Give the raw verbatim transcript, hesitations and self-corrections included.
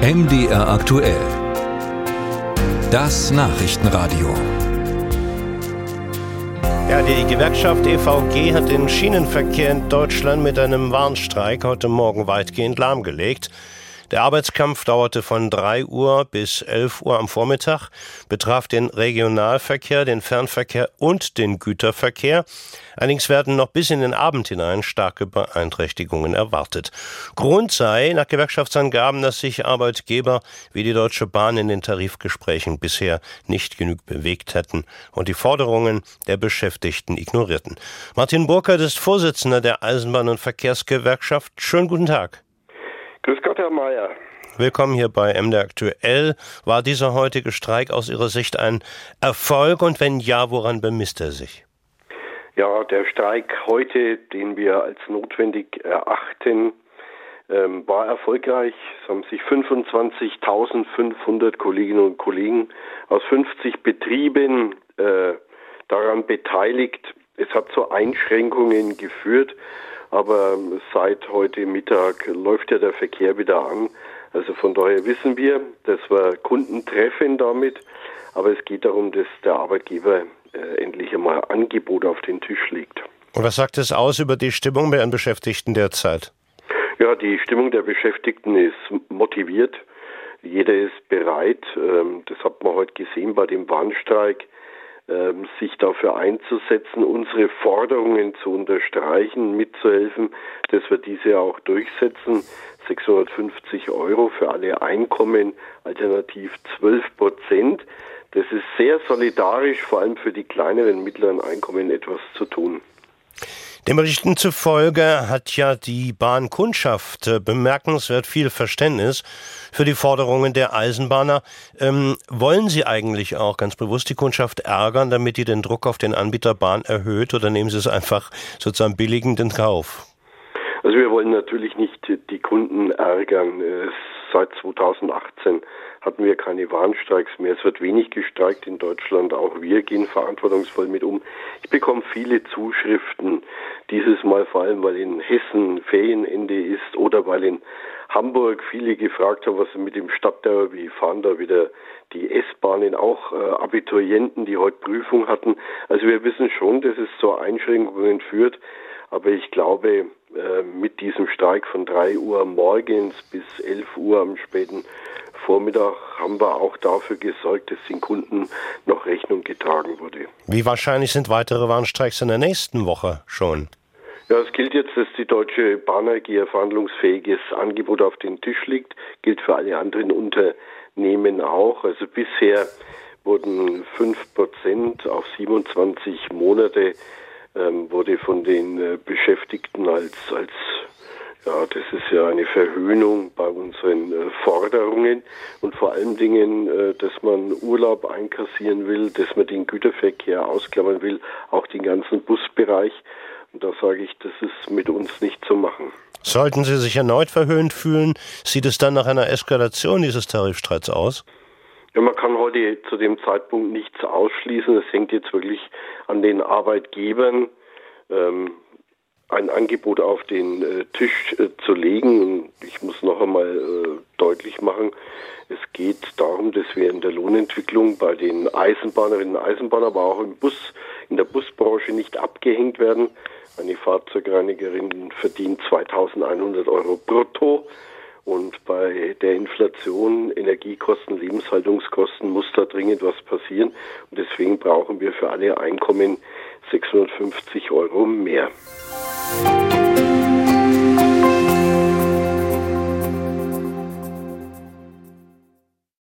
M D R aktuell. Das Nachrichtenradio. Ja, die Gewerkschaft E V G hat den Schienenverkehr in Deutschland mit einem Warnstreik heute Morgen weitgehend lahmgelegt. Der Arbeitskampf dauerte von drei Uhr bis elf Uhr am Vormittag, betraf den Regionalverkehr, den Fernverkehr und den Güterverkehr. Allerdings werden noch bis in den Abend hinein starke Beeinträchtigungen erwartet. Grund sei nach Gewerkschaftsangaben, dass sich Arbeitgeber wie die Deutsche Bahn in den Tarifgesprächen bisher nicht genug bewegt hätten und die Forderungen der Beschäftigten ignorierten. Martin Burkhardt ist Vorsitzender der Eisenbahn- und Verkehrsgewerkschaft. Schönen guten Tag. Grüß Gott, Herr Mayer. Willkommen hier bei M D R aktuell. War dieser heutige Streik aus Ihrer Sicht ein Erfolg und wenn ja, woran bemisst er sich? Ja, der Streik heute, den wir als notwendig erachten, ähm, war erfolgreich. Es haben sich fünfundzwanzigtausendfünfhundert Kolleginnen und Kollegen aus fünfzig Betrieben äh, daran beteiligt. Es hat zu Einschränkungen geführt. Aber seit heute Mittag läuft ja der Verkehr wieder an. Also von daher wissen wir, dass wir Kunden treffen damit. Aber es geht darum, dass der Arbeitgeber äh, endlich einmal Angebot auf den Tisch legt. Und was sagt es aus über die Stimmung bei den Beschäftigten derzeit? Ja, die Stimmung der Beschäftigten ist motiviert. Jeder ist bereit. Ähm, das hat man heute gesehen bei dem Warnstreik. Sich dafür einzusetzen, unsere Forderungen zu unterstreichen, mitzuhelfen, dass wir diese auch durchsetzen. sechshundertfünfzig Euro für alle Einkommen, alternativ zwölf Prozent. Das ist sehr solidarisch, vor allem für die kleineren und mittleren Einkommen etwas zu tun. Den Berichten zufolge hat ja die Bahnkundschaft äh, bemerkenswert viel Verständnis für die Forderungen der Eisenbahner. Ähm, wollen Sie eigentlich auch ganz bewusst die Kundschaft ärgern, damit die den Druck auf den Anbieter Bahn erhöht, oder nehmen Sie es einfach sozusagen billigend in Kauf? Also wir wollen natürlich nicht die Kunden ärgern. Seit zweitausendachtzehn hatten wir keine Warnstreiks mehr. Es wird wenig gestreikt in Deutschland. Auch wir gehen verantwortungsvoll mit um. Ich bekomme viele Zuschriften. Dieses Mal vor allem, weil in Hessen Ferienende ist oder weil in Hamburg viele gefragt haben, was mit dem Stadtderby fahren da wieder die S-Bahnen, auch äh, Abiturienten, die heute Prüfung hatten. Also wir wissen schon, dass es zu Einschränkungen führt. Aber ich glaube, mit diesem Streik von drei Uhr morgens bis elf Uhr am späten Vormittag haben wir auch dafür gesorgt, dass den Kunden noch Rechnung getragen wurde. Wie wahrscheinlich sind weitere Warnstreiks in der nächsten Woche schon? Ja, es gilt jetzt, dass die Deutsche Bahn A G ein verhandlungsfähiges Angebot auf den Tisch legt. Gilt für alle anderen Unternehmen auch. Also bisher wurden fünf Prozent auf siebenundzwanzig Monate Ähm, wurde von den äh, Beschäftigten als, als, ja, das ist ja eine Verhöhnung bei unseren äh, Forderungen und vor allen Dingen, äh, dass man Urlaub einkassieren will, dass man den Güterverkehr ausklammern will, auch den ganzen Busbereich. Und da sage ich, das ist mit uns nicht zu machen. Sollten Sie sich erneut verhöhnt fühlen, sieht es dann nach einer Eskalation dieses Tarifstreits aus? Ja, man kann heute zu dem Zeitpunkt nichts ausschließen. Es hängt jetzt wirklich an den Arbeitgebern, ähm, ein Angebot auf den äh, Tisch äh, zu legen. Und ich muss noch einmal äh, deutlich machen, es geht darum, dass wir in der Lohnentwicklung bei den Eisenbahnerinnen und Eisenbahnern, aber auch im Bus, in der Busbranche nicht abgehängt werden. Eine Fahrzeugreinigerin verdient zweitausendeinhundert Euro brutto. Und bei der Inflation, Energiekosten, Lebenshaltungskosten muss da dringend was passieren. Und deswegen brauchen wir für alle Einkommen sechshundertfünfzig Euro mehr.